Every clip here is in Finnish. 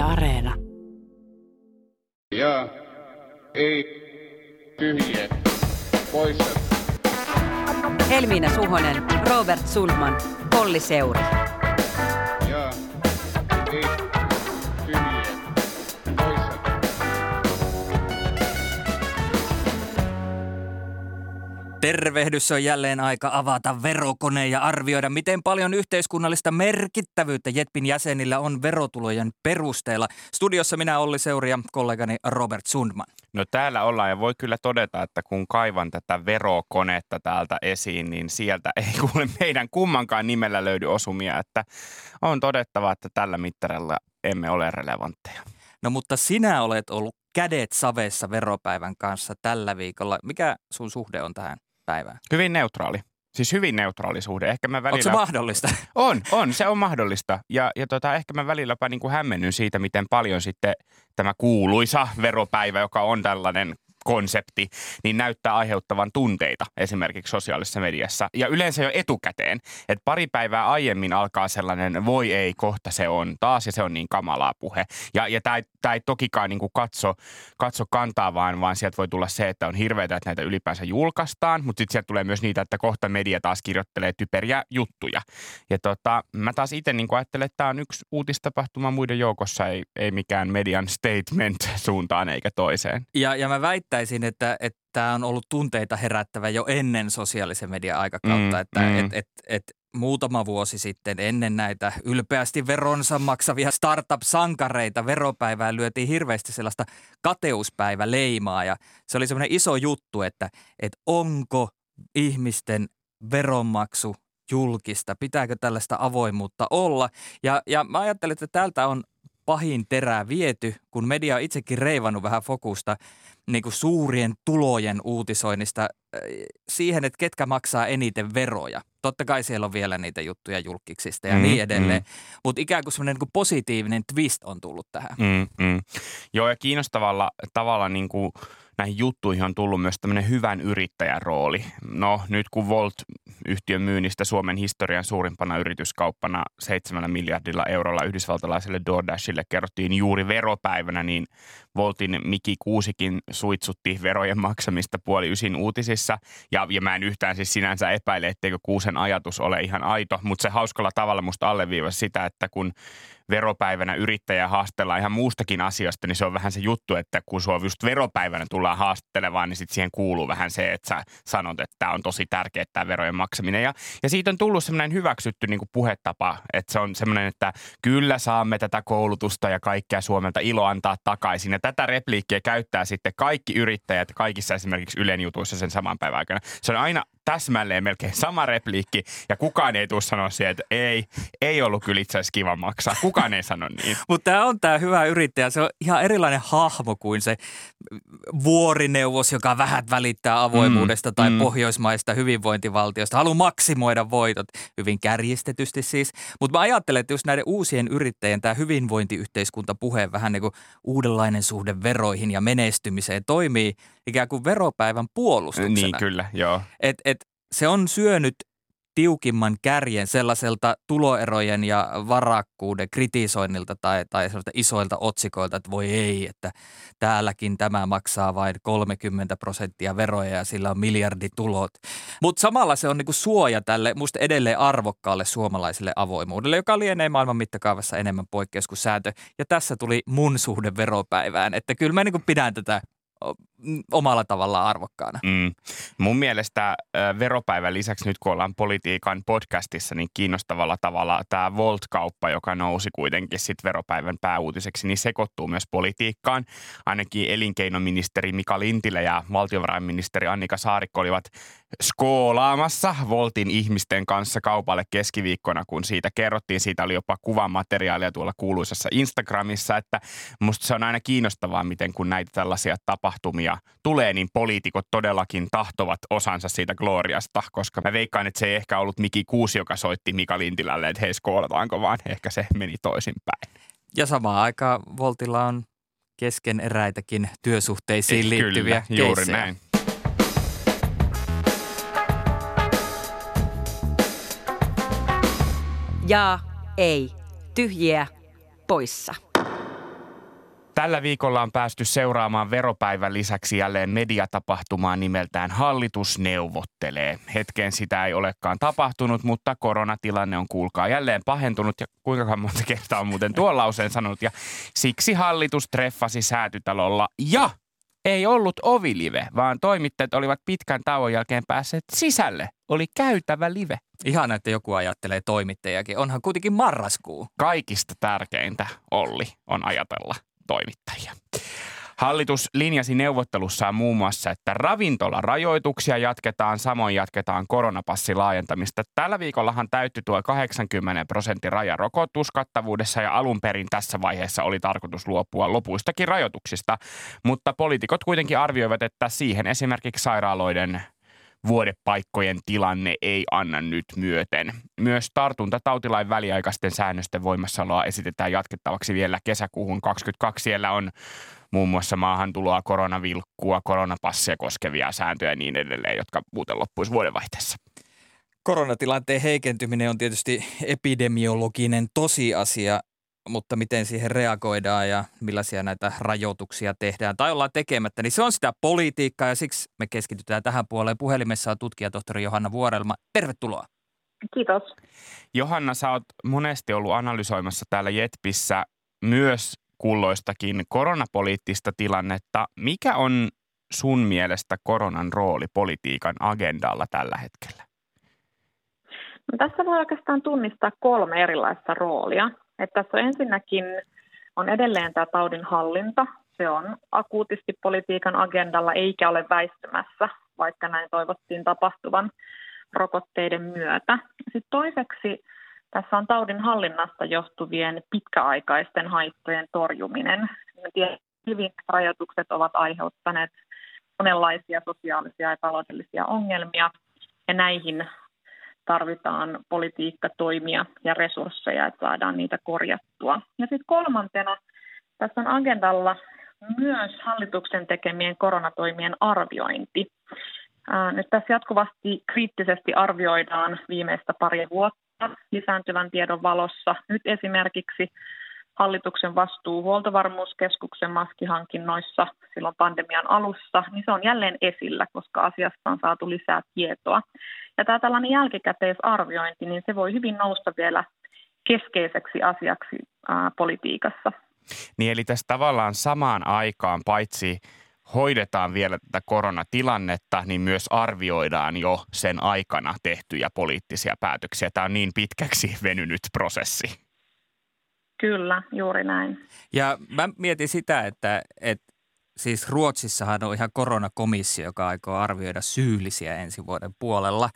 Areena. Ja ei tyhjiä poissa. Helmiina Suhonen, Robert Sundman, Olli Seuri. Ja ei tyhjiä poissa. Tervehdys, on jälleen aika avata verokone ja arvioida, miten paljon yhteiskunnallista merkittävyyttä JETPin jäsenillä on verotulojen perusteella. Studiossa minä Olli Seuri ja kollegani Robert Sundman. No täällä ollaan ja voi kyllä todeta, että kun kaivan tätä verokonetta täältä esiin, niin sieltä ei kuule meidän kummankaan nimellä löydy osumia, että on todettava, että tällä mittarilla emme ole relevantteja. No mutta sinä olet ollut kädet savessa veropäivän kanssa tällä viikolla. Mikä sun suhde on tähän päivään? Hyvin neutraali. Siis hyvin neutraali suhde. Ehkä mä välillä... Onko se mahdollista? Se on mahdollista. Ja ehkä mä välilläpä niin kuin hämmennyn siitä, miten paljon sitten tämä kuuluisa veropäivä, joka on tällainen konsepti, niin näyttää aiheuttavan tunteita esimerkiksi sosiaalisessa mediassa. Ja yleensä jo etukäteen, että pari päivää aiemmin alkaa sellainen voi ei, kohta se on taas ja se on niin kamalaa puhe. Ja tämä ei tokikaan niin kuin katso kantaa, vaan sieltä voi tulla se, että on hirveätä, että näitä ylipäänsä julkaistaan, mutta sitten sieltä tulee myös niitä, että kohta media taas kirjoittelee typeriä juttuja. Ja mä taas itse niin kuin ajattelen, että tämä on yksi uutistapahtuma muiden joukossa, ei mikään median statement suuntaan eikä toiseen. Ja mä väittäisin, että tämä on ollut tunteita herättävä jo ennen sosiaalisen median aikakautta, että muutama vuosi sitten ennen näitä ylpeästi veronsa maksavia startup-sankareita veropäivään lyötiin hirveästi sellaista kateuspäiväleimaa ja se oli semmoinen iso juttu, että onko ihmisten veronmaksu julkista, pitääkö tällaista avoimuutta olla ja mä ajattelin, että täältä on pahin terä viety, kun media on itsekin reivannut vähän fokusta niin kuin suurien tulojen uutisoinnista siihen, että ketkä maksaa eniten veroja. Totta kai siellä on vielä niitä juttuja julkiksista ja niin edelleen, mutta ikään kuin semmoinen niin kuin positiivinen twist on tullut tähän. Joo, ja kiinnostavalla tavalla niin kuin näihin juttuihin on tullut myös tämmöinen hyvän yrittäjän rooli. No nyt kun Volt-yhtiön myynnistä Suomen historian suurimpana yrityskauppana 7 miljardilla eurolla yhdysvaltalaiselle DoorDashille kerrottiin juuri veropäivänä, niin Voltin Miki Kuusikin suitsutti verojen maksamista 8:30 uutisissa. Ja mä en yhtään siis sinänsä epäile, etteikö Kuusen ajatus ole ihan aito, mutta se hauskalla tavalla musta alleviivasi sitä, että kun veropäivänä yrittäjää haastellaan ihan muustakin asiasta, niin se on vähän se juttu, että kun sua just veropäivänä tullaan haastattelemaan, niin sitten siihen kuuluu vähän se, että sä sanot, että tämä on tosi tärkeää, tämä verojen maksaminen. Ja siitä on tullut semmoinen hyväksytty niin kuin puhetapa, että se on semmoinen, että kyllä saamme tätä koulutusta ja kaikkea Suomelta ilo antaa takaisin. Ja tätä repliikkiä käyttää sitten kaikki yrittäjät kaikissa esimerkiksi Ylen jutuissa sen saman päivän aikana. Se on aina täsmälleen melkein sama repliikki ja kukaan ei tule sanoa siihen, että ei ollut kyllä itse asiassa kiva maksaa. Kukaan ei sano niin. Mutta tämä on tämä hyvä yrittäjä. Se on ihan erilainen hahmo kuin se vuorineuvos, joka vähät välittää avoimuudesta tai pohjoismaista hyvinvointivaltiosta. Haluaa maksimoida voitot, hyvin kärjistetysti siis. Mutta mä ajattelen, että just näiden uusien yrittäjien tämä hyvinvointiyhteiskuntapuhe vähän niin kuin uudenlainen suhde veroihin ja menestymiseen toimii ikään kuin veropäivän puolustuksena. Niin kyllä, joo. Se on syönyt tiukimman kärjen sellaiselta tuloerojen ja varakkuuden kritisoinnilta tai sellaisilta isoilta otsikoilta, että voi ei, että täälläkin tämä maksaa vain 30% veroja ja sillä on miljarditulot. Mutta samalla se on niinku suoja tälle musta edelleen arvokkaalle suomalaiselle avoimuudelle, joka lienee maailman mittakaavassa enemmän poikkeus kuin sääntö. Ja tässä tuli mun suhde veropäivään, että kyllä mä niinku pidän tätä omalla tavallaan arvokkaana. Mun mielestä veropäivän lisäksi nyt kun ollaan politiikan podcastissa, niin kiinnostavalla tavalla tämä Volt-kauppa, joka nousi kuitenkin sitten veropäivän pääuutiseksi, niin sekoittuu myös politiikkaan. Ainakin elinkeinoministeri Mika Lintilä ja valtiovarainministeri Annika Saarikko olivat skoolaamassa Voltin ihmisten kanssa kaupalle keskiviikkona, kun siitä kerrottiin. Siitä oli jopa kuvamateriaalia tuolla kuuluisassa Instagramissa, että musta se on aina kiinnostavaa, miten kun näitä tällaisia tapahtumia tulee, niin poliitikot todellakin tahtovat osansa siitä gloriasta, koska mä veikkaan, että se ei ehkä ollut Miki Kuusi, joka soitti Mika Lintilälle, että hei skoolataanko, vaan ehkä se meni toisinpäin. Ja samaan aikaan Voltilla on keskeneräitäkin työsuhteisiin liittyviä keissejä. Juuri näin. Ja ei. Tyhjiä poissa. Tällä viikolla on päästy seuraamaan veropäivän lisäksi jälleen mediatapahtumaa nimeltään Hallitus neuvottelee. Hetkeen sitä ei olekaan tapahtunut, mutta koronatilanne on kuulkaa jälleen pahentunut. Ja kuinka monta kertaa on muuten tuon lauseen sanonut. Ja siksi hallitus treffasi Säätytalolla ja ei ollut ovilive, vaan toimittajat olivat pitkän tauon jälkeen päässeet sisälle. Oli käytävä live. Ihana, että joku ajattelee toimittajakin. Onhan kuitenkin marraskuu. Kaikista tärkeintä, Olli, on ajatella toimittajia. Hallitus linjasi neuvottelussaan muun muassa, että ravintolarajoituksia jatketaan, samoin jatketaan koronapassin laajentamista. Tällä viikollahan täyttyi tuo 80% raja rokotuskattavuudessa ja alun perin tässä vaiheessa oli tarkoitus luopua lopuistakin rajoituksista, mutta poliitikot kuitenkin arvioivat, että siihen esimerkiksi sairaaloiden vuodepaikkojen tilanne ei anna nyt myöten. Myös tartuntatautilain väliaikaisten säännösten voimassaoloa esitetään jatkettavaksi vielä kesäkuuhun 2022. Siellä on muun muassa maahantuloa, koronavilkkua, koronapassia koskevia sääntöjä ja niin edelleen, jotka muuten loppuisi vuodenvaihteessa. Koronatilanteen heikentyminen on tietysti epidemiologinen tosiasia, mutta miten siihen reagoidaan ja millaisia näitä rajoituksia tehdään tai ollaan tekemättä, niin se on sitä politiikkaa ja siksi me keskitytään tähän puoleen. Puhelimessa on tutkijatohtori Johanna Vuorelma. Tervetuloa. Kiitos. Johanna, sä oot monesti ollut analysoimassa täällä Jetpissä myös kulloistakin koronapoliittista tilannetta. Mikä on sun mielestä koronan rooli politiikan agendalla tällä hetkellä? No, tässä voi oikeastaan tunnistaa 3 erilaista roolia. Että tässä ensinnäkin on edelleen tämä taudin hallinta. Se on akuutisti politiikan agendalla eikä ole väistymässä, vaikka näin toivottiin tapahtuvan rokotteiden myötä. Sitten toiseksi tässä on taudin hallinnasta johtuvien pitkäaikaisten haittojen torjuminen. Hyvin rajoitukset ovat aiheuttaneet monenlaisia sosiaalisia ja taloudellisia ongelmia ja näihin tarvitaan politiikkatoimia ja resursseja, että saadaan niitä korjattua. Ja sitten 3. tässä on agendalla myös hallituksen tekemien koronatoimien arviointi. Nyt tässä jatkuvasti kriittisesti arvioidaan viimeistä pari vuotta lisääntyvän tiedon valossa. Nyt esimerkiksi hallituksen vastuu Huoltovarmuuskeskuksen maskihankinnoissa silloin pandemian alussa, niin se on jälleen esillä, koska asiasta on saatu lisää tietoa. Ja tämä tällainen jälkikäteisarviointi, niin se voi hyvin nousta vielä keskeiseksi asiaksi politiikassa. Niin eli tässä tavallaan samaan aikaan paitsi hoidetaan vielä tätä koronatilannetta, niin myös arvioidaan jo sen aikana tehtyjä poliittisia päätöksiä. Tämä on niin pitkäksi venynyt prosessi. Kyllä, juuri näin. Ja mä mietin sitä, että siis Ruotsissahan on ihan koronakomissio, joka aikoo arvioida syyllisiä ensi vuoden puolella.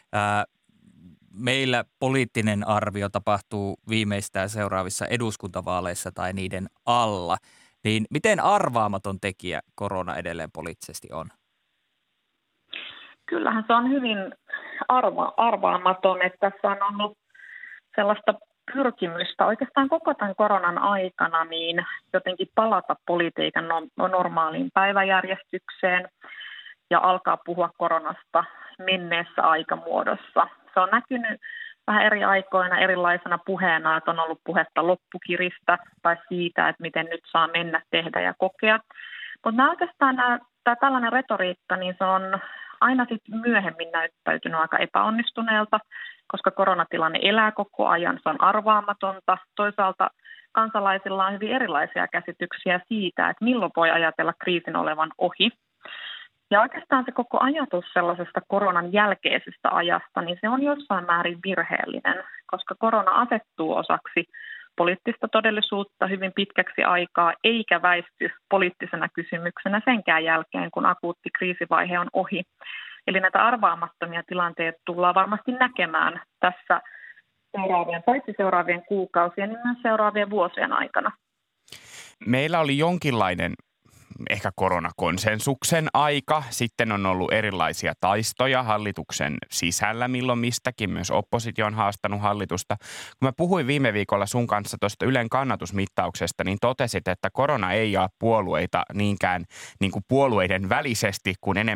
Meillä poliittinen arvio tapahtuu viimeistään seuraavissa eduskuntavaaleissa tai niiden alla. Niin miten arvaamaton tekijä korona edelleen poliittisesti on? Kyllähän se on hyvin arvaamaton, että tässä on ollut sellaista pyrkimystä oikeastaan koko tämän koronan aikana niin jotenkin palata politiikan normaaliin päiväjärjestykseen ja alkaa puhua koronasta menneessä aikamuodossa. Se on näkynyt vähän eri aikoina erilaisena puheena, että on ollut puhetta loppukiristä tai siitä, että miten nyt saa mennä, tehdä ja kokea. Mutta oikeastaan tämä tällainen retoriikka, niin se on aina sitten myöhemmin näyttäytynyt aika epäonnistuneelta, koska koronatilanne elää koko ajan, se on arvaamatonta. Toisaalta kansalaisilla on hyvin erilaisia käsityksiä siitä, että milloin voi ajatella kriisin olevan ohi. Ja oikeastaan se koko ajatus sellaisesta koronan jälkeisestä ajasta, niin se on jossain määrin virheellinen, koska korona asettuu osaksi poliittista todellisuutta hyvin pitkäksi aikaa, eikä väisty poliittisena kysymyksenä senkään jälkeen, kun akuutti kriisivaihe on ohi. Eli näitä arvaamattomia tilanteita tullaan varmasti näkemään tässä paitsi seuraavien kuukausien, niin myös seuraavien vuosien aikana. Meillä oli jonkinlainen ehkä koronakonsensuksen aika. Sitten on ollut erilaisia taistoja hallituksen sisällä milloin mistäkin. Myös oppositio on haastanut hallitusta. Kun mä puhuin viime viikolla sun kanssa tuosta Ylen kannatusmittauksesta, niin totesit, että korona ei jaa puolueita niinkään niin kuin puolueiden välisesti kuin enemmänkin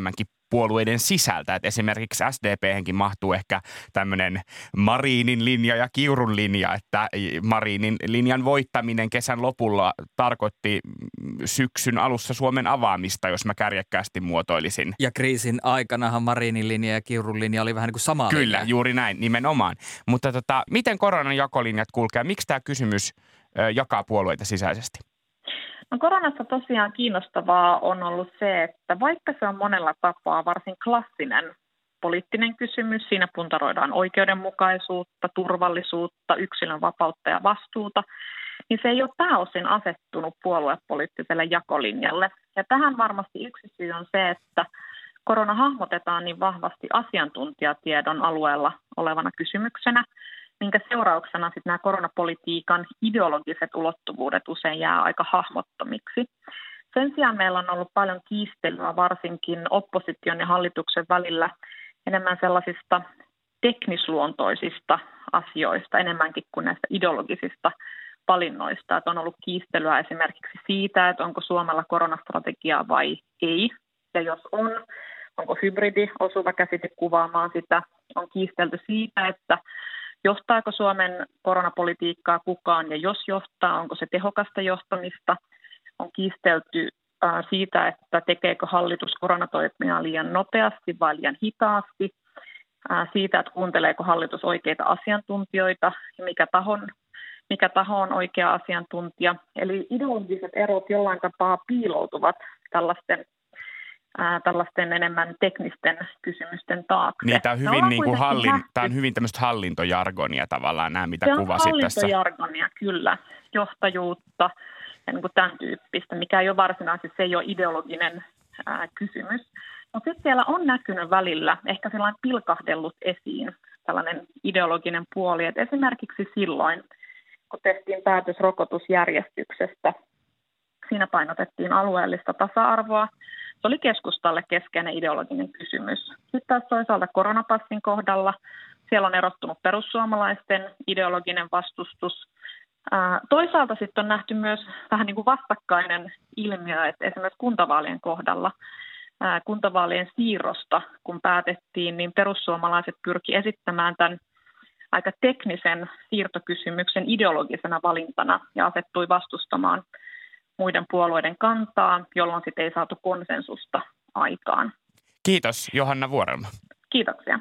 puolueiden sisältä. Et esimerkiksi SDP:henkin mahtuu ehkä tämmöinen Marinin linja ja Kiurun linja, että Marinin linjan voittaminen kesän lopulla tarkoitti syksyn alussa Suomen avaamista, jos mä kärjekkäästi muotoilisin. Ja kriisin aikanahan Marinin linja ja Kiurun linja oli vähän niin kuin sama Kyllä, linja. juuri näin, nimenomaan. Mutta miten koronan jakolinjat kulkee? Miksi tämä kysymys jakaa puolueita sisäisesti? No koronassa tosiaan kiinnostavaa on ollut se, että vaikka se on monella tapaa varsin klassinen poliittinen kysymys, siinä puntaroidaan oikeudenmukaisuutta, turvallisuutta, yksilön vapautta ja vastuuta, niin se ei ole pääosin asettunut puoluepoliittiselle jakolinjalle. Ja tähän varmasti yksi syy on se, että korona hahmotetaan niin vahvasti asiantuntijatiedon alueella olevana kysymyksenä, minkä seurauksena sitten nämä koronapolitiikan ideologiset ulottuvuudet usein jää aika hahmottomiksi. Sen sijaan meillä on ollut paljon kiistelyä varsinkin opposition ja hallituksen välillä enemmän sellaisista teknisluontoisista asioista enemmänkin kuin näistä ideologisista valinnoista. Että on ollut kiistelyä esimerkiksi siitä, että onko Suomella koronastrategiaa vai ei. Ja jos on, onko hybridi osuva käsite kuvaamaan sitä. On kiistelty siitä, että johtaako Suomen koronapolitiikkaa kukaan ja jos johtaa, onko se tehokasta johtamista. On kiistelty siitä, että tekeekö hallitus koronatoimia liian nopeasti vai liian hitaasti. Siitä, että kuunteleeko hallitus oikeita asiantuntijoita ja mikä taho on oikea asiantuntija. Eli ideologiset erot jollain tapaa piiloutuvat tällaisten enemmän teknisten kysymysten taakse. Niin, tämä on hyvin, tämä on hyvin tämmöistä hallintojargonia tavallaan, nämä mitä kuvasit tässä. Hallintojargonia, kyllä. Johtajuutta ja niin kuin tämän tyyppistä, mikä ei ole varsinaisesti, se ei ole ideologinen kysymys. Mutta sitten siellä on näkynyt välillä ehkä sellainen pilkahdellut esiin tällainen ideologinen puoli, että esimerkiksi silloin, kun tehtiin päätös rokotusjärjestyksestä, siinä painotettiin alueellista tasa-arvoa. Se oli keskustalle keskeinen ideologinen kysymys. Sitten taas toisaalta koronapassin kohdalla siellä on erottunut perussuomalaisten ideologinen vastustus. Toisaalta sitten on nähty myös vähän niin kuin vastakkainen ilmiö, että esimerkiksi kuntavaalien kohdalla kuntavaalien siirrosta, kun päätettiin, niin perussuomalaiset pyrki esittämään tämän aika teknisen siirtokysymyksen ideologisena valintana ja asettui vastustamaan muiden puolueiden kantaa, jolloin sitten ei saatu konsensusta aikaan. Kiitos, Johanna Vuorelma. Kiitoksia.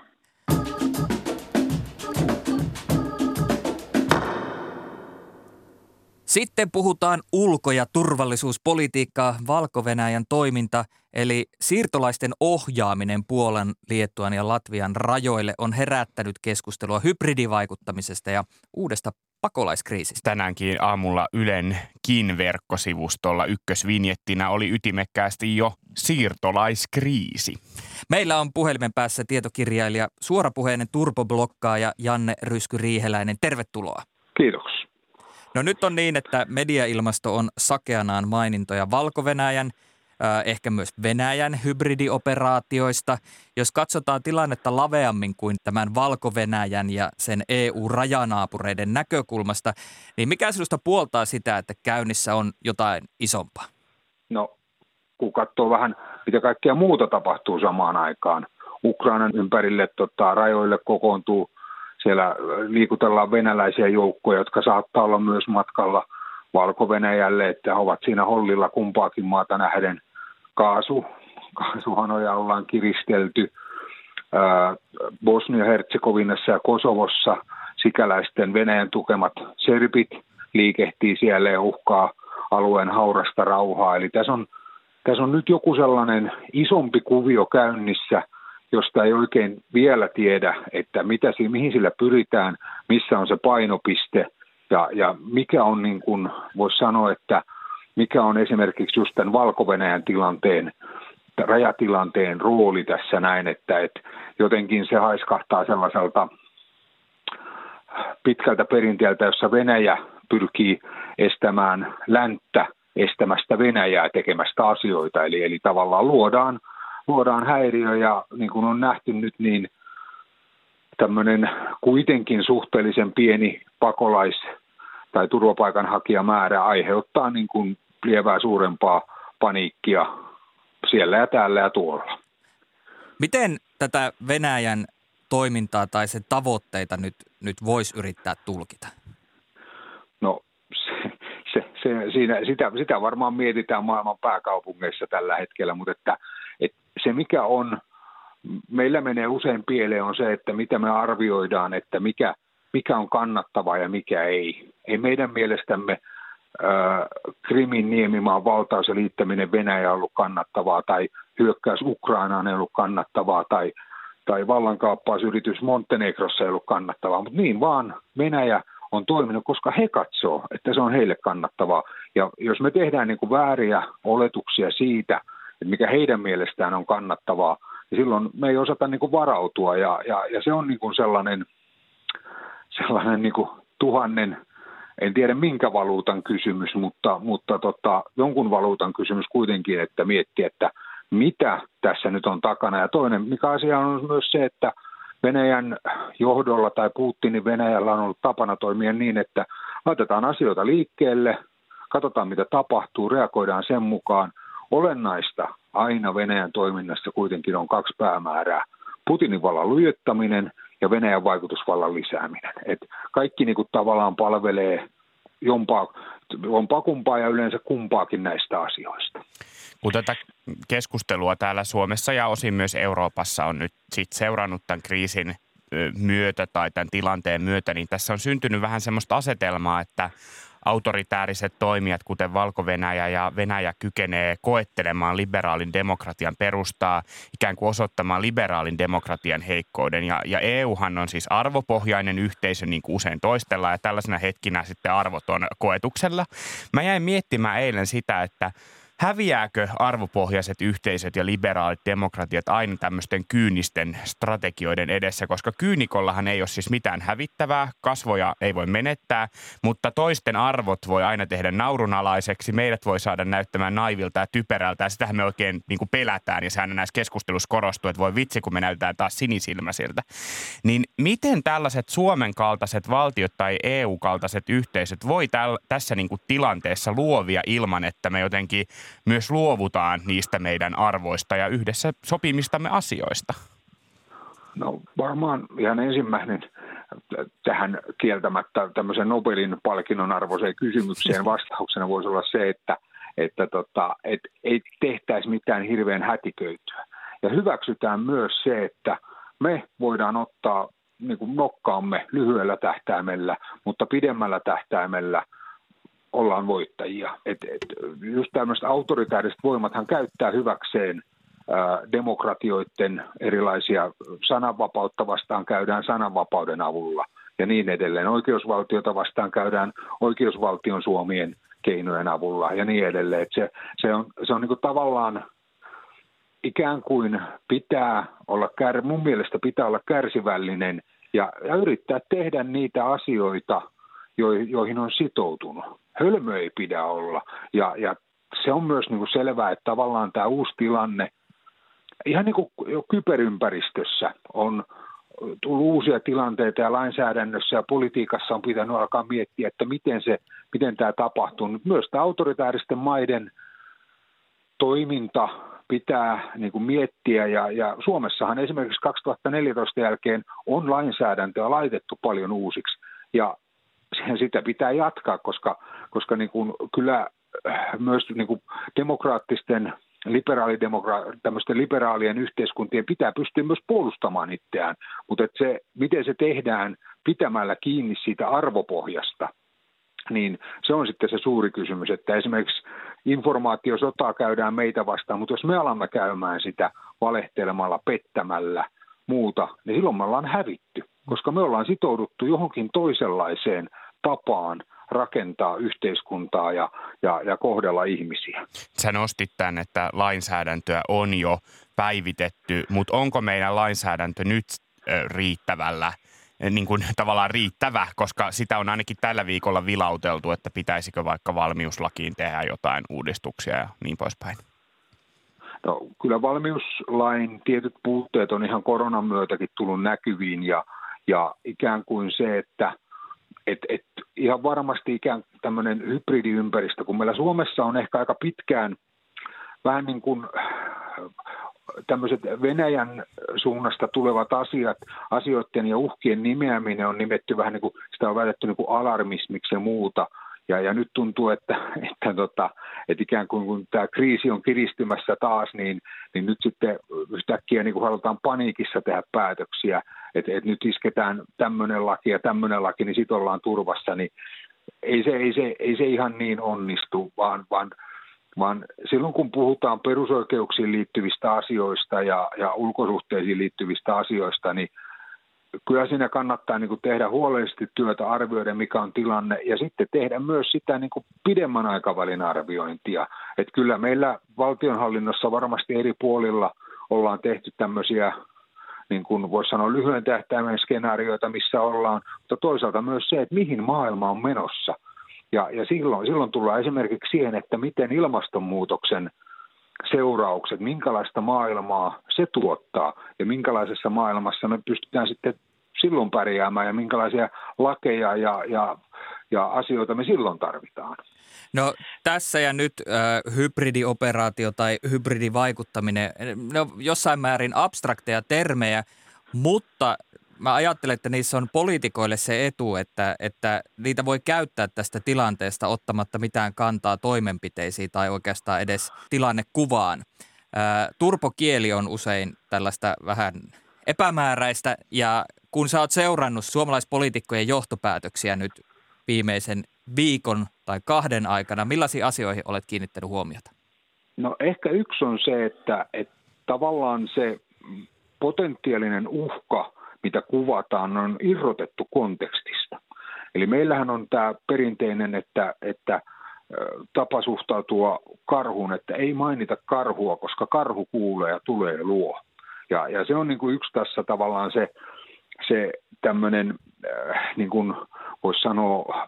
Sitten puhutaan ulko- ja turvallisuuspolitiikkaa, Valko-Venäjän toiminta, eli siirtolaisten ohjaaminen Puolan, Liettuan ja Latvian rajoille on herättänyt keskustelua hybridivaikuttamisesta ja uudesta pakolaiskriisistä. Tänäänkin aamulla Ylenkin verkkosivustolla ykkösvinjettinä oli ytimekkäästi jo siirtolaiskriisi. Meillä on puhelimen päässä tietokirjailija, suorapuheinen turboblokkaaja Janne Rysky-Riiheläinen. Tervetuloa. Kiitoksia. No nyt on niin, että mediailmasto on sakeanaan mainintoja Valko-Venäjän, ehkä myös Venäjän hybridioperaatioista. Jos katsotaan tilannetta laveammin kuin tämän Valko-Venäjän ja sen EU-rajanaapureiden näkökulmasta, niin mikä sinusta puoltaa sitä, että käynnissä on jotain isompaa? No, kun katsoo vähän, mitä kaikkea muuta tapahtuu samaan aikaan. Ukrainan ympärille rajoille kokoontuu. Siellä liikutellaan venäläisiä joukkoja, jotka saattaa olla myös matkalla Valko-Venäjälle, että ovat siinä hollilla kumpaakin maata nähden. Kaasuhanoja ollaan kiristelty. Bosnia-Herzegovinassa ja Kosovossa sikäläisten Venäjän tukemat serbit liikehtii siellä ja uhkaa alueen haurasta rauhaa. Eli tässä on nyt joku sellainen isompi kuvio käynnissä, josta ei oikein vielä tiedä, että mihin sillä pyritään, missä on se painopiste ja mikä on, niin kuin voisi sanoa, että mikä on esimerkiksi just tämän Valko-Venäjän rajatilanteen rooli tässä näin, että jotenkin se haiskahtaa sellaiselta pitkältä perinteeltä, jossa Venäjä pyrkii estämään länttä estämästä Venäjää tekemästä asioita, eli tavallaan luodaan häiriö ja niin kuin on nähty nyt, niin tämmöinen kuitenkin suhteellisen pieni tai turvapaikanhakijamäärä aiheuttaa niin kuin lievää suurempaa paniikkia siellä ja täällä ja tuolla. Miten tätä Venäjän toimintaa tai sen tavoitteita nyt voisi yrittää tulkita? No sitä varmaan mietitään maailman pääkaupungeissa tällä hetkellä, mutta että se mikä on, meillä menee usein pieleen on se, että mitä me arvioidaan, että mikä on kannattavaa ja mikä ei. Ei meidän mielestämme Krimin niemimaan valtaus ja liittäminen Venäjään on ollut kannattavaa tai hyökkäys Ukrainaan ei ollut kannattavaa tai vallankaappausyritys Montenegrossa ei ollut kannattavaa, mutta niin vaan Venäjä on toiminut, koska he katsoo, että se on heille kannattavaa. Ja jos me tehdään niin kuin vääriä oletuksia siitä, että mikä heidän mielestään on kannattavaa, niin silloin me ei osata niin kuin varautua. Ja se on niin kuin sellainen niin kuin 1000, en tiedä minkä valuutan kysymys, mutta jonkun valuutan kysymys kuitenkin, että miettiä, että mitä tässä nyt on takana. Ja toinen, mikä asia on myös se, että Venäjän johdolla tai Putinin Venäjällä on ollut tapana toimia niin, että laitetaan asioita liikkeelle, katsotaan mitä tapahtuu, reagoidaan sen mukaan. Olennaista aina Venäjän toiminnassa kuitenkin on 2 päämäärää. Putinin vallan lujittaminen ja Venäjän vaikutusvallan lisääminen. Et kaikki niin kuin tavallaan palvelee jompaa kumpaa ja yleensä kumpaakin näistä asioista. Kun tätä keskustelua täällä Suomessa ja osin myös Euroopassa on nyt sit seurannut tämän kriisin myötä tai tämän tilanteen myötä, niin tässä on syntynyt vähän semmoista asetelmaa, että autoritääriset toimijat, kuten Valko-Venäjä ja Venäjä, kykenee koettelemaan liberaalin demokratian perustaa, ikään kuin osoittamaan liberaalin demokratian heikkouden. Ja EUhan on siis arvopohjainen yhteisö, niin kuin usein toistellaan, ja tällaisena hetkinä sitten arvot on koetuksella. Mä jäin miettimään eilen sitä, että häviääkö arvopohjaiset yhteisöt ja liberaalit demokratiat aina tämmöisten kyynisten strategioiden edessä, koska kyynikollahan ei ole siis mitään hävittävää, kasvoja ei voi menettää, mutta toisten arvot voi aina tehdä naurunalaiseksi, meidät voi saada näyttämään naivilta ja typerältä ja sitähän me oikein niin kuin pelätään ja sehän näissä keskustelussa korostuu, että voi vitsi kun me näytetään taas sinisilmäisiltä. Niin miten tällaiset Suomen kaltaiset valtiot tai EU-kaltaiset yhteisöt voi tässä niin kuin tilanteessa luovia ilman, että me jotenkin myös luovutaan niistä meidän arvoista ja yhdessä sopimistamme asioista? No varmaan ihan ensimmäinen tähän kieltämättä tämmöisen Nobelin palkinnon arvoiseen kysymykseen vastauksena voisi olla se, että ei tehtäisi mitään hirveän hätiköityä. Ja hyväksytään myös se, että me voidaan ottaa niin kuin nokkaamme lyhyellä tähtäimellä, mutta pidemmällä tähtäimellä ollaan voittajia. Just tämmöiset autoritääriset voimathan käyttää hyväkseen demokratioiden erilaisia sananvapautta vastaan käydään sananvapauden avulla ja niin edelleen. Oikeusvaltiota vastaan käydään oikeusvaltion suomien keinojen avulla ja niin edelleen. Se on niin kuin tavallaan ikään kuin mun mielestä pitää olla kärsivällinen ja yrittää tehdä niitä asioita, joihin on sitoutunut. Hölmö ei pidä olla. Ja se on myös niin kuin selvää, että tavallaan tämä uusi tilanne, ihan niin kuin jo kyberympäristössä on tullut uusia tilanteita ja lainsäädännössä ja politiikassa on pitänyt alkaa miettiä, että miten tämä tapahtuu. Myös tämä autoritääristen maiden toiminta pitää niin kuin miettiä ja Suomessahan esimerkiksi 2014 jälkeen on lainsäädäntöä laitettu paljon uusiksi ja sitä pitää jatkaa, koska niin kuin kyllä myös niin kuin demokraattisten tämmöisten liberaalien yhteiskuntien pitää pystyä myös puolustamaan itseään, mutta miten se tehdään pitämällä kiinni siitä arvopohjasta, niin se on sitten se suuri kysymys, että esimerkiksi informaatiosotaa käydään meitä vastaan, mutta jos me alamme käymään sitä valehtelemalla, pettämällä, muuta, niin silloin me ollaan hävitty, koska me ollaan sitouduttu johonkin toisenlaiseen tapaan rakentaa yhteiskuntaa ja kohdella ihmisiä. Sä nostit tämän, että lainsäädäntöä on jo päivitetty, mutta onko meidän lainsäädäntö nyt riittävällä, niin kuin tavallaan riittävä, koska sitä on ainakin tällä viikolla vilauteltu, että pitäisikö vaikka valmiuslakiin tehdä jotain uudistuksia ja niin poispäin? No, kyllä valmiuslain tietyt puutteet on ihan koronan myötäkin tullut näkyviin ja ikään kuin se, että ihan varmasti ikään tämmöinen hybridiympäristö, kun meillä Suomessa on ehkä aika pitkään vähän niin kuin tämmöiset Venäjän suunnasta tulevat asioiden ja uhkien nimeäminen on nimetty vähän niin kuin, sitä on väitetty niin kuin alarmismiksi ja muuta. Ja nyt tuntuu, että ikään kuin kun tämä kriisi on kiristymässä taas, niin nyt sitten yhtäkkiä niin kuin halutaan paniikissa tehdä päätöksiä, että nyt isketään tämmöinen laki, niin sitten ollaan turvassa, niin ei se ihan niin onnistu, vaan silloin kun puhutaan perusoikeuksiin liittyvistä asioista ja ulkosuhteisiin liittyvistä asioista, niin kyllä siinä kannattaa niin kuin tehdä huolellisesti työtä, arvioida mikä on tilanne ja sitten tehdä myös sitä niin kuin pidemmän aikavälin arviointia. Että kyllä meillä valtionhallinnossa varmasti eri puolilla ollaan tehty tämmöisiä, niin kuin voisi sanoa, lyhyen tähtäimen skenaarioita, missä ollaan, mutta toisaalta myös se, että mihin maailma on menossa. Ja silloin tullaan esimerkiksi siihen, että miten ilmastonmuutoksen seuraukset, minkälaista maailmaa se tuottaa ja minkälaisessa maailmassa me pystytään sitten silloin pärjäämään ja minkälaisia lakeja ja asioita me silloin tarvitaan. No tässä ja nyt hybridioperaatio tai hybridivaikuttaminen, ne on jossain määrin abstrakteja termejä, mutta mä ajattelen, että niissä on poliitikoille se etu, että niitä voi käyttää tästä tilanteesta ottamatta mitään kantaa toimenpiteisiin tai oikeastaan edes tilannekuvaan. Turpokieli on usein tällaista vähän epämääräistä ja kun sä oot seurannut suomalaispoliitikkojen johtopäätöksiä nyt viimeisen viikon tai 2 aikana, millaisiin asioihin olet kiinnittänyt huomiota? No ehkä yksi on se, että tavallaan se potentiaalinen uhka, mitä kuvataan, on irrotettu kontekstista. Eli meillähän on tämä perinteinen, että tapa suhtautua karhuun, että ei mainita karhua, koska karhu kuulee ja tulee luo. Ja se on niin kuin yksi tässä tavallaan se tämmöinen, niin kuin voisi sanoa,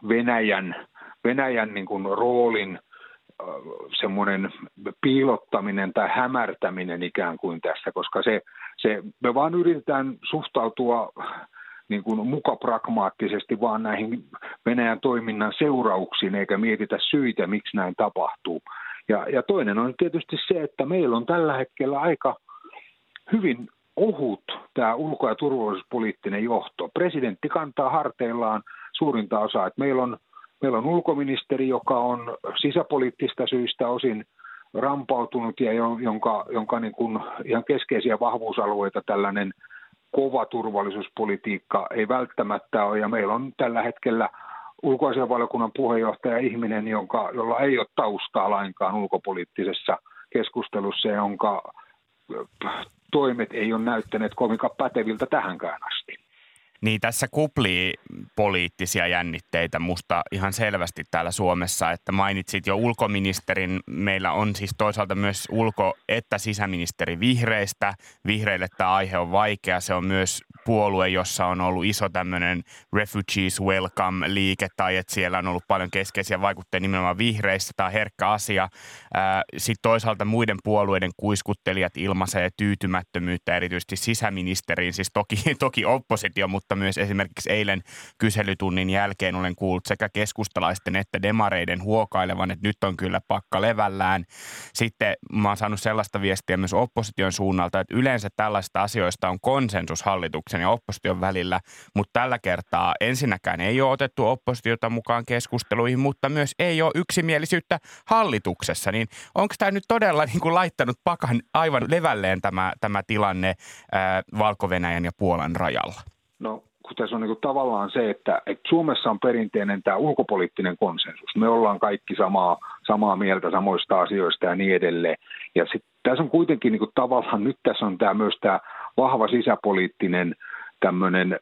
Venäjän niin kuin roolin semmoinen piilottaminen tai hämärtäminen ikään kuin tässä, koska me vaan yritetään suhtautua niin kuin muka pragmaattisesti vaan näihin Venäjän toiminnan seurauksiin, eikä mietitä syitä, miksi näin tapahtuu. Ja toinen on tietysti se, että meillä on tällä hetkellä aika hyvin ohut tämä ulko- ja turvallisuuspoliittinen johto. Presidentti kantaa harteillaan suurinta osaa, että meillä on ulkoministeri, joka on sisäpoliittista syistä osin rampautunut ja jonka niin kuin ihan keskeisiä vahvuusalueita tällainen kova turvallisuuspolitiikka ei välttämättä ole. Ja meillä on tällä hetkellä ulkoasiainvaliokunnan puheenjohtaja ihminen, jolla ei ole taustaa lainkaan ulkopoliittisessa keskustelussa, jonka toimet ei ole näyttäneet kovinkaan päteviltä tähänkään asti. Niin tässä kuplii poliittisia jännitteitä musta ihan selvästi täällä Suomessa, että mainitsit jo ulkoministerin. Meillä on siis toisaalta myös ulko- että sisäministeri vihreistä. Vihreille tämä aihe on vaikea. Se on myös puolue, jossa on ollut iso tämmöinen Refugees Welcome-liike tai että siellä on ollut paljon keskeisiä vaikutteita nimenomaan vihreissä. Tämä on herkkä asia. Sitten toisaalta muiden puolueiden kuiskuttelijat ilmaisee tyytymättömyyttä erityisesti sisäministeriin, siis toki oppositio, mutta myös esimerkiksi eilen kyselytunnin jälkeen olen kuullut sekä keskustalaisten että demareiden huokailevan, että nyt on kyllä pakka levällään. Sitten mä oon saanut sellaista viestiä myös opposition suunnalta, että yleensä tällaista asioista on konsensus hallituksen ja opposition välillä, mutta tällä kertaa ensinnäkään ei ole otettu oppositiota mukaan keskusteluihin, mutta myös ei ole yksimielisyyttä hallituksessa. Niin onko tämä nyt todella niin kuin laittanut pakan aivan levälleen tämä tilanne Valko-Venäjän ja Puolan rajalla? No, kun tässä on niin kuin tavallaan se, että Suomessa on perinteinen tämä ulkopoliittinen konsensus. Me ollaan kaikki samaa mieltä samoista asioista ja niin edelleen. Ja sitten tässä on kuitenkin niin kuin tavallaan, nyt tässä on myös tämä vahva sisäpoliittinen tämmöinen,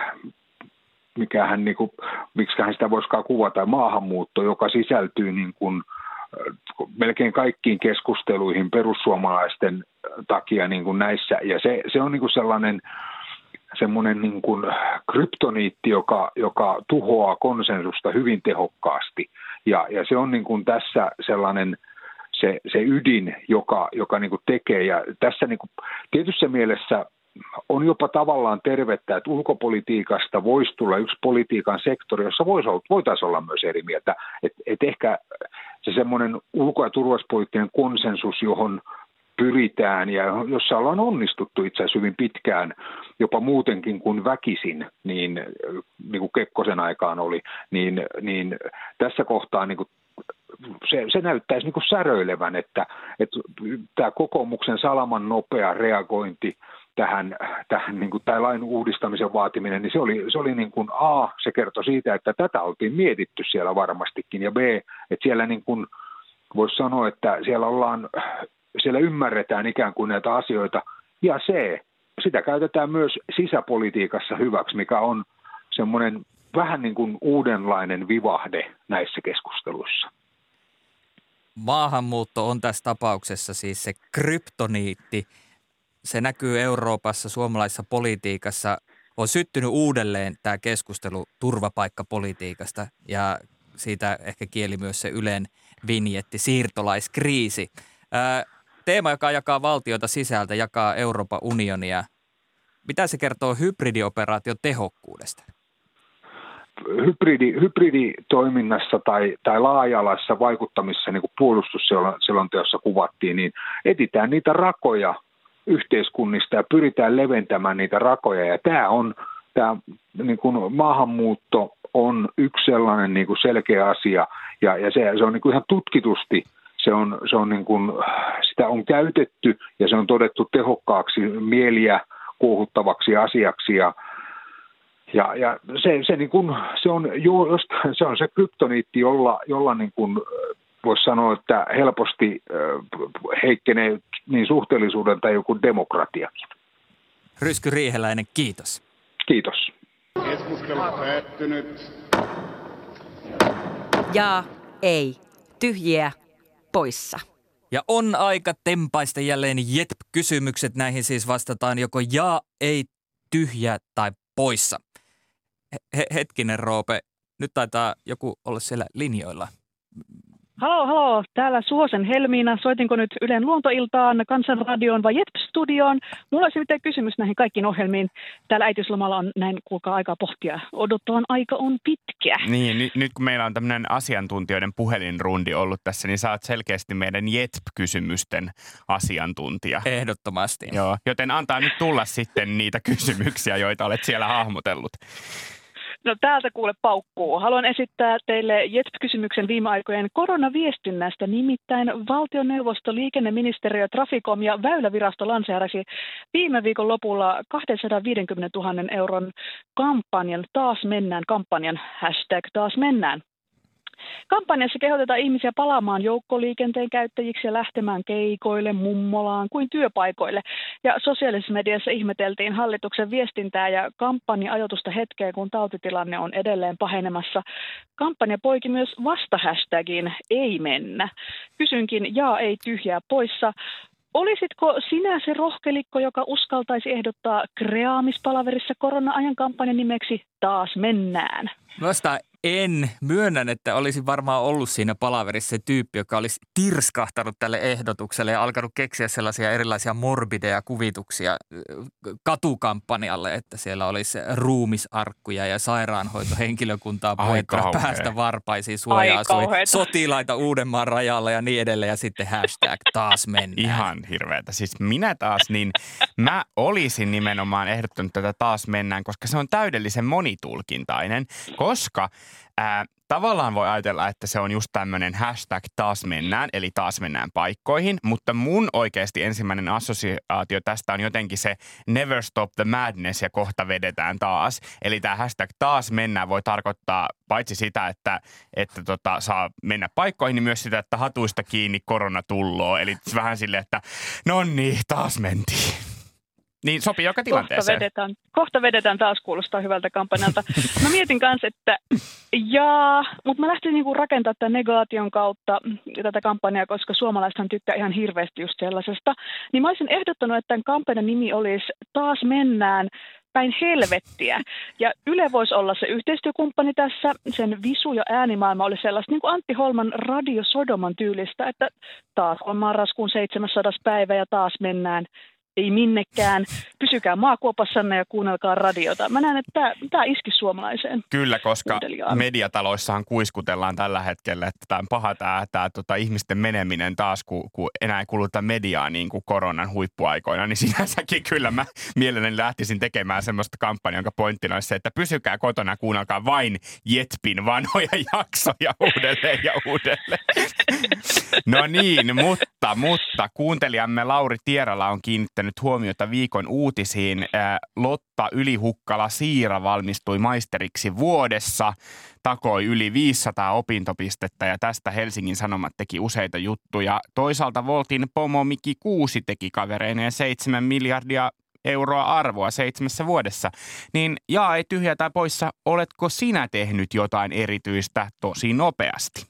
miksiköhän sitä voisikaan kuvata, maahanmuutto, joka sisältyy niin kuin melkein kaikkiin keskusteluihin perussuomalaisten takia niin kuin näissä. Ja se on niin kuin semmoinen niin kuin kryptoniitti, joka tuhoaa konsensusta hyvin tehokkaasti. Ja se on niin kuin tässä sellainen se ydin, joka niin kuin tekee. Ja tässä niin kuin tietyssä mielessä on jopa tavallaan tervettä, että ulkopolitiikasta voisi tulla yksi politiikan sektori, jossa voitaisiin olla myös eri mieltä. Et ehkä se semmoinen ulko- ja turvallisuuspoliittinen konsensus, johon pyritään ja jossa ollaan onnistuttu itse asiassa hyvin pitkään, jopa muutenkin kuin väkisin, niin kuin Kekkosen aikaan oli, niin tässä kohtaa niin kuin se näyttäisi niin kuin säröilevän, että tämä kokoomuksen salaman nopea reagointi tähän niin kuin tämä lain uudistamisen vaatiminen, niin se oli niin kuin A, se kertoi siitä, että tätä oltiin mietitty siellä varmastikin, ja B, että siellä niin kuin voisi sanoa, että siellä ymmärretään ikään kuin näitä asioita, ja C, sitä käytetään myös sisäpolitiikassa hyväksi, mikä on semmoinen vähän niin kuin uudenlainen vivahde näissä keskusteluissa. Maahanmuutto on tässä tapauksessa siis se kryptoniitti. Se näkyy Euroopassa, suomalaisessa politiikassa. On syttynyt uudelleen tämä keskustelu turvapaikkapolitiikasta ja siitä ehkä kieli myös se Ylen vinjetti, siirtolaiskriisi. Teema, joka jakaa valtioita sisältä, jakaa Euroopan unionia. Mitä se kertoo hybridioperaation tehokkuudesta? Hybriditoiminnassa tai laaja-alaisessa vaikuttamisessa, niin kuin puolustusselonteossa kuvattiin, niin etsitään niitä rakoja yhteiskunnista ja pyritään leventämään niitä rakoja. Ja tämä niin kuin maahanmuutto on yksi sellainen niin kuin selkeä asia, ja se on niin kuin ihan tutkitusti, se on niin kuin, sitä on käytetty ja se on todettu tehokkaaksi mieliä kuohuttavaksi asiaksi, ja se niin kuin, se on se kryptoniitti, jolla niin kuin voisi sanoa, että helposti heikkenee niin suhteellisuuden tai joku demokratiakin. Rysky Riiheläinen, kiitos. Kiitos. Keskustelu päättynyt. Jaa, ei, tyhjiä, poissa. Ja on aika tempaista jälleen JETP-kysymykset. Näihin siis vastataan joko jaa, ei, tyhjä tai poissa. Hetkinen, Roope. Nyt taitaa joku olla siellä linjoilla. Halo. Täällä Suhosen Helmiina. Soitinko nyt Ylen luontoiltaan, Kansanradioon vai JETP-studioon? Mulla olisi mitään kysymys näihin kaikkiin ohjelmiin. Täällä äitiyslomalla on näin, kuulkaa, aikaa pohtia. Odottavan aika on pitkä. Niin, nyt kun meillä on tämmöinen asiantuntijoiden puhelinrundi ollut tässä, niin sä oot selkeästi meidän JETP-kysymysten asiantuntija. Ehdottomasti. Joo, joten antaa nyt tulla sitten niitä kysymyksiä, joita olet siellä hahmotellut. No täältä kuule paukkuu. Haluan esittää teille JETP-kysymyksen viime aikojen koronaviestinnästä. Nimittäin valtioneuvosto, liikenneministeriö, Traficom ja Väylävirasto lanseerasi viime viikon lopulla 250 000 euron kampanjan, taas mennään kampanjan, #taas mennään. Kampanjassa kehotetaan ihmisiä palaamaan joukkoliikenteen käyttäjiksi ja lähtemään keikoille, mummolaan kuin työpaikoille. Ja sosiaalisessa mediassa ihmeteltiin hallituksen viestintää ja kampanja-ajoitusta hetkeen, kun tautitilanne on edelleen pahenemassa. Kampanja poiki myös vasta-hashtagin ei mennä. Kysynkin jaa, ei, tyhjää, poissa. Olisitko sinä se rohkelikko, joka uskaltaisi ehdottaa kreaamispalaverissa korona-ajan kampanjan nimeksi taas mennään? Vasta en. Myönnän, että olisi varmaan ollut siinä palaverissa se tyyppi, joka olisi tirskahtanut tälle ehdotukselle ja alkanut keksiä sellaisia erilaisia morbideja kuvituksia katukampanjalle, että siellä olisi ruumisarkkuja ja sairaanhoitohenkilökuntaa puettuna päästä varpaisiin suoja-asuihin, sotilaita Uudenmaan rajalla ja niin edelleen ja sitten #taas mennään. Ihan hirveätä. Siis minä taas, niin mä olisin nimenomaan ehdottanut tätä taas mennään, koska se on täydellisen monitulkintainen, koska tavallaan voi ajatella, että se on just tämmöinen #taas mennään, eli taas mennään paikkoihin, mutta mun oikeasti ensimmäinen assosiaatio tästä on jotenkin se never stop the madness ja kohta vedetään taas. Eli tämä #taas mennään voi tarkoittaa paitsi sitä, että saa mennä paikkoihin, niin myös sitä, että hatuista kiinni korona tulloo. Eli vähän silleen, että nonni, taas mentiin. Niin sopii joka tilanteeseen. Kohta vedetään taas, kuulostaa hyvältä kampanjalta. Mä mietin kanssa, että mutta mä lähtin niinku rakentaa tämän negaation kautta tätä kampanjaa, koska suomalaisethan tykkää ihan hirveästi just sellaisesta. Niin mä olisin ehdottanut, että tämän kampanjan nimi olisi taas mennään päin helvettiä. Ja Yle voisi olla se yhteistyökumppani tässä. Sen visu- ja äänimaailma oli sellaista niin kuin Antti Holman Radio Sodoman tyylistä, että taas on marraskuun 700. päivä ja taas mennään ei minnekään. Pysykää maakuopassanne ja kuunnelkaa radiota. Mä näen, että tämä iskisi suomalaiseen. Kyllä, koska mediataloissahan kuiskutellaan tällä hetkellä, että tämä on paha tämä ihmisten meneminen taas, kun enää ei kuluta mediaa niin kuin koronan huippuaikoina, niin sinänsäkin kyllä mä mielelläni lähtisin tekemään semmoista kampanjaa, jonka pointtina olisi se, että pysykää kotona ja kuunnelkaa vain Jetpin vanhoja jaksoja uudelleen ja uudelleen. No niin, mutta kuuntelijamme Lauri Tierala on kiinnittänyt huomiota viikon uutisiin. Lotta Yli-Hukkala-Siira valmistui maisteriksi vuodessa, takoi yli 500 opintopistettä ja tästä Helsingin Sanomat teki useita juttuja. Toisaalta Voltin pomo Miki Kuusi teki kavereineen 7 miljardia euroa arvoa 7 vuodessa. Niin ei tyhjää tai poissa, oletko sinä tehnyt jotain erityistä tosi nopeasti?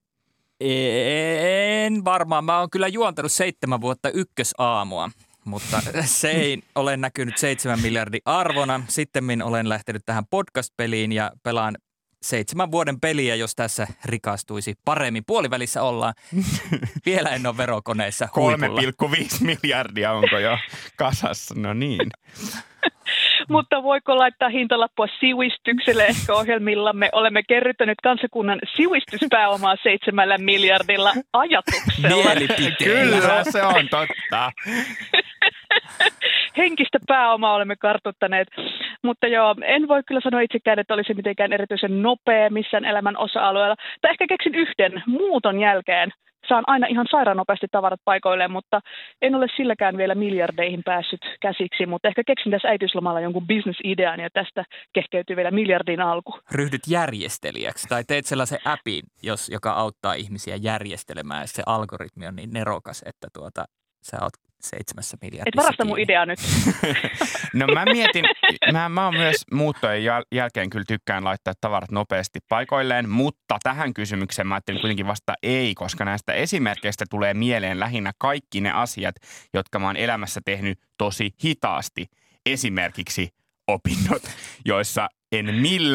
En varmaan. Mä oon kyllä juontanut 7 vuotta ykkösaamua, mutta se ei ole näkynyt 7 miljardin arvona. Sittemmin olen lähtenyt tähän podcast-peliin ja pelaan 7 vuoden peliä, jos tässä rikastuisi paremmin. Puolivälissä ollaan. Vielä en ole verokoneessa huipulla. 3,5 miljardia onko jo kasassa? No niin. Mutta voiko laittaa hintalappua sivistykselle ehkä ohjelmillamme? Olemme kerryttäneet kansakunnan sivistyspääomaa 7 miljardilla ajatuksella. Kyllä, se on totta. Henkistä pääomaa olemme kartuttaneet. Mutta joo, en voi kyllä sanoa itsekään, että olisi mitenkään erityisen nopea missään elämän osa-alueella. Tai ehkä keksin yhden muuton jälkeen. Saan aina ihan sairaan nopeasti tavarat paikoilleen, mutta en ole silläkään vielä miljardeihin päässyt käsiksi. Mutta ehkä keksin tässä äitiyslomalla jonkun business-idean ja tästä kehkeytyy vielä miljardin alku. Ryhdyt järjestelijäksi tai teet sellaisen appin, joka auttaa ihmisiä järjestelemään. Ja se algoritmi on niin nerokas, että sä oot 7 miljardissa. Et varasta mun idea nyt. No mä mietin, mä oon myös muuttojen jälkeen kyllä tykkään laittaa tavarat nopeasti paikoilleen, mutta tähän kysymykseen mä ajattelin kuitenkin vasta ei, koska näistä esimerkkeistä tulee mieleen lähinnä kaikki ne asiat, jotka mä oon elämässä tehnyt tosi hitaasti. Esimerkiksi opinnot, joissa en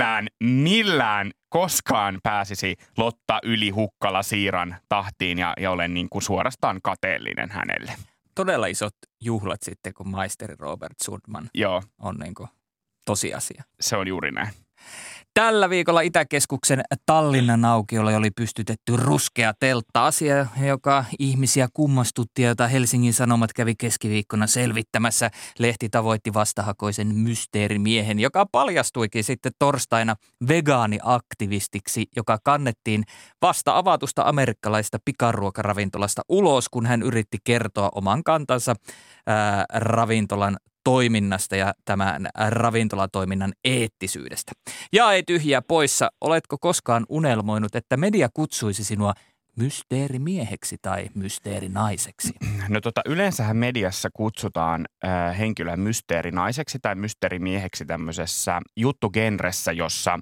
millään koskaan pääsisi Lotta Yli-Hukkala-Siiran tahtiin ja olen niin kuin suorastaan kateellinen hänelle. Todella isot juhlat sitten, kun maisteri Robert Sundman on niin kuin tosiasia. Se on juuri näin. Tällä viikolla Itäkeskuksen Tallinnan aukiolle oli pystytetty ruskea teltta, asia, joka ihmisiä kummastutti ja jota Helsingin Sanomat kävi keskiviikkona selvittämässä. Lehti tavoitti vastahakoisen mysteerimiehen, joka paljastuikin sitten torstaina vegaaniaktivistiksi, joka kannettiin vasta avatusta amerikkalaisesta pikaruokaravintolasta ulos, kun hän yritti kertoa oman kantansa ravintolan toiminnasta ja tämän ravintolatoiminnan eettisyydestä. Ja ei tyhjää poissa, oletko koskaan unelmoinut, että media kutsuisi sinua mysteerimieheksi tai mysteerinaiseksi? No yleensähän mediassa kutsutaan henkilöä mysteerinaiseksi tai mysteerimieheksi tämmöisessä juttugenressä, jossa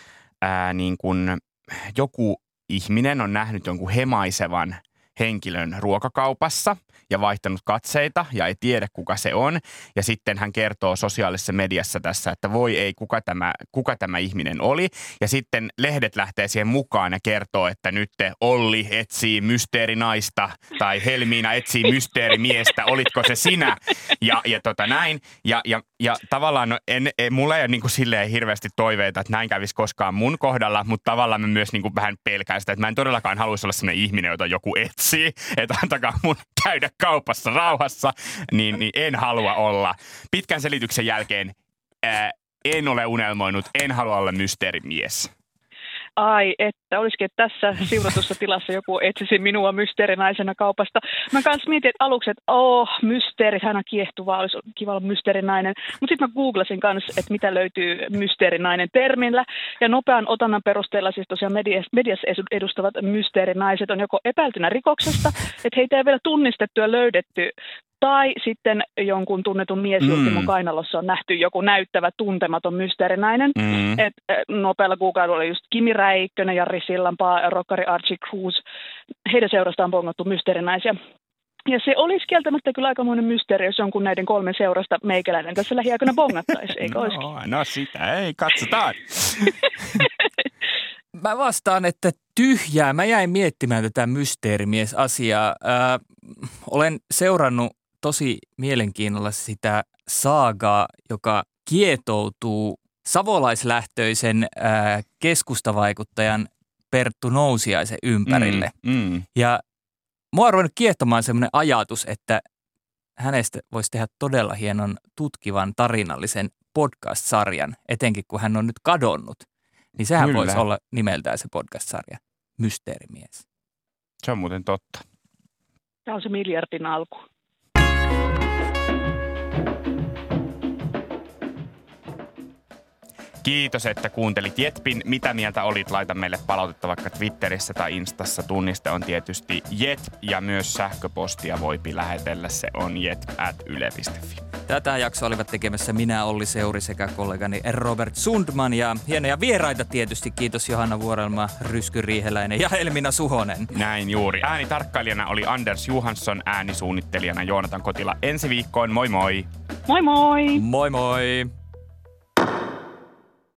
niin kun joku ihminen on nähnyt jonkun hemaisevan henkilön ruokakaupassa ja vaihtanut katseita ja ei tiedä kuka se on. Ja sitten hän kertoo sosiaalisessa mediassa tässä, että voi ei, kuka tämä ihminen oli. Ja sitten lehdet lähtee siihen mukaan ja kertoo, että nyt Olli etsii mysteerinaista tai Helmiina etsii mysteerimiestä. Olitko se sinä? Ja näin. Ja tavallaan mulla ei ole niin kuin silleen hirveästi toiveita, että näin kävisi koskaan mun kohdalla, mutta tavallaan mä myös niin kuin vähän pelkään sitä, että mä en todellakaan haluaisi olla sellainen ihminen, jota joku etsii, että antakaa mun käydä kaupassa rauhassa, niin en halua olla. Pitkän selityksen jälkeen en ole unelmoinut, en halua olla mysteerimies. Ai, että olisikin tässä siunatussa tilassa joku etsisi minua mysteerinaisena kaupasta. Mä kanssa mietin että aluksi, että mysteeri, hän on kiehtuvaa, olisi kiva olla mysteerinainen. Mutta sitten mä googlasin kanssa, että mitä löytyy mysteerinainen termillä. Ja nopean otannan perusteella siis tosiaan mediassa edustavat mysteerinaiset on joko epäiltynä rikoksesta, että heitä ei vielä tunnistettu ja löydetty. Tai sitten jonkun tunnetun miesjulkimon kainalossa on nähty joku näyttävä, tuntematon mysteerinainen. Nopealla googlailulla oli just Kimi Räikkönen, Jari Sillanpää, rokkari Archie Cruz. Heidän seurastaan on bongottu mysteerinaisia. Ja se olisi kieltämättä kyllä aikamoinen mysteeri, jos jonkun näiden 3 seurasta meikäläinen tässä lähiaikana bongattaisi, eikö olisikin? No sitä ei, katsotaan. Mä vastaan, että tyhjää. Mä jäin miettimään tätä mysteerimies-asiaa. Olen seurannut tosi mielenkiinnolla sitä saagaa, joka kietoutuu savolaislähtöisen keskustavaikuttajan Perttu Nousiaisen ympärille. Ja mua on ruvennut kiehtomaan semmoinen ajatus, että hänestä voisi tehdä todella hienon tutkivan tarinallisen podcast-sarjan, etenkin kun hän on nyt kadonnut. Niin sehän Kyllä. voisi olla nimeltään se podcast-sarja, Mysteerimies. Se on muuten totta. Tämä on se miljardin alku. Kiitos, että kuuntelit Jetpin. Mitä mieltä olit? Laita meille palautetta vaikka Twitterissä tai Instassa. Tunniste on tietysti Jet ja myös sähköpostia voipi lähetellä. Se on jet@yle.fi. Tätä jaksoa olivat tekemässä minä, Olli Seuri sekä kollegani Robert Sundman ja hienoja vieraita tietysti. Kiitos Johanna Vuorelma, Rysky Riiheläinen ja Elmina Suhonen. Näin juuri. Äänitarkkailijana oli Anders Johansson, äänisuunnittelijana Joonatan Kotila. Ensi viikkoon, moi moi! Moi moi! Moi moi!